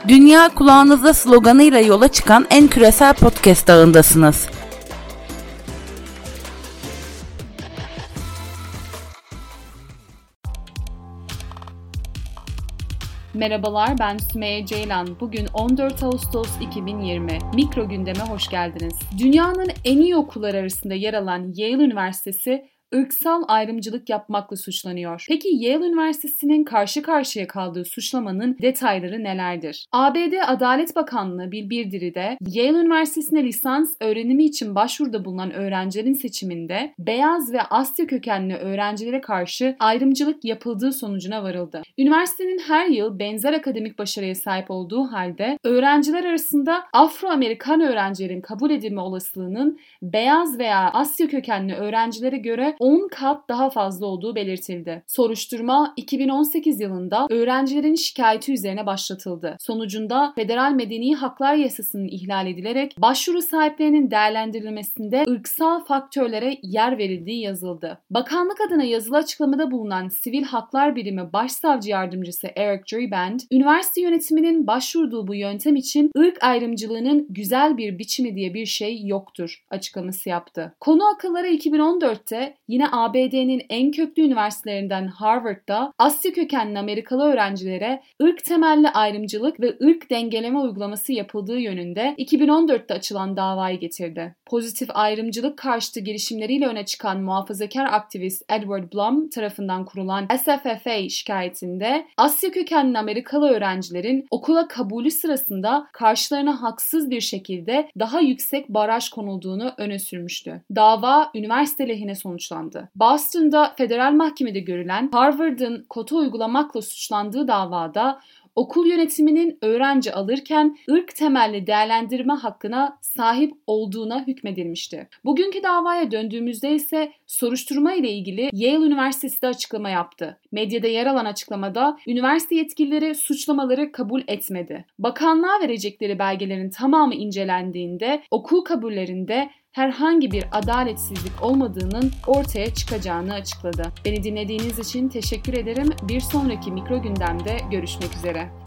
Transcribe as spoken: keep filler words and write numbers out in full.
Dünya kulağınızda sloganıyla yola çıkan en küresel podcast ağındasınız. Merhabalar, ben Sümeyye Ceylan. Bugün on dört Ağustos iki bin yirmi. Mikro gündeme hoş geldiniz. Dünyanın en iyi okulları arasında yer alan Yale Üniversitesi, ırksal ayrımcılık yapmakla suçlanıyor. Peki Yale Üniversitesi'nin karşı karşıya kaldığı suçlamanın detayları nelerdir? A B D Adalet Bakanlığı bir bildiride Yale Üniversitesi'ne lisans öğrenimi için başvuruda bulunan öğrencilerin seçiminde beyaz ve Asya kökenli öğrencilere karşı ayrımcılık yapıldığı sonucuna varıldı. Üniversitenin her yıl benzer akademik başarıya sahip olduğu halde öğrenciler arasında Afro-Amerikan öğrencilerin kabul edilme olasılığının beyaz veya Asya kökenli öğrencilere göre on kat daha fazla olduğu belirtildi. Soruşturma iki bin on sekiz yılında öğrencilerin şikayeti üzerine başlatıldı. Sonucunda Federal Medeni Haklar Yasası'nın ihlal edilerek başvuru sahiplerinin değerlendirilmesinde ırksal faktörlere yer verildiği yazıldı. Bakanlık adına yazılı açıklamada bulunan Sivil Haklar Birimi Başsavcı Yardımcısı Eric Dreiband, üniversite yönetiminin başvurduğu bu yöntem için ırk ayrımcılığının güzel bir biçimi diye bir şey yoktur açıklaması yaptı. Konu akıllara iki bin on dörtte yine A B D'nin en köklü üniversitelerinden Harvard'da Asya kökenli Amerikalı öğrencilere ırk temelli ayrımcılık ve ırk dengeleme uygulaması yapıldığı yönünde iki bin on dörtte açılan davayı getirdi. Pozitif ayrımcılık karşıtı girişimleriyle öne çıkan muhafazakar aktivist Edward Blum tarafından kurulan S F F A şikayetinde Asya kökenli Amerikalı öğrencilerin okula kabulü sırasında karşılarına haksız bir şekilde daha yüksek baraj konulduğunu öne sürmüştü. Dava üniversite lehine sonuçlandı. Boston'da federal mahkemede görülen Harvard'ın kota uygulamakla suçlandığı davada okul yönetiminin öğrenci alırken ırk temelli değerlendirme hakkına sahip olduğuna hükmedilmişti. Bugünkü davaya döndüğümüzde ise soruşturma ile ilgili Yale Üniversitesi de açıklama yaptı. Medyada yer alan açıklamada üniversite yetkilileri suçlamaları kabul etmedi. Bakanlığa verecekleri belgelerin tamamı incelendiğinde okul kabullerinde herhangi bir adaletsizlik olmadığının ortaya çıkacağını açıkladı. Beni dinlediğiniz için teşekkür ederim. Bir sonraki mikro gündemde görüşmek üzere.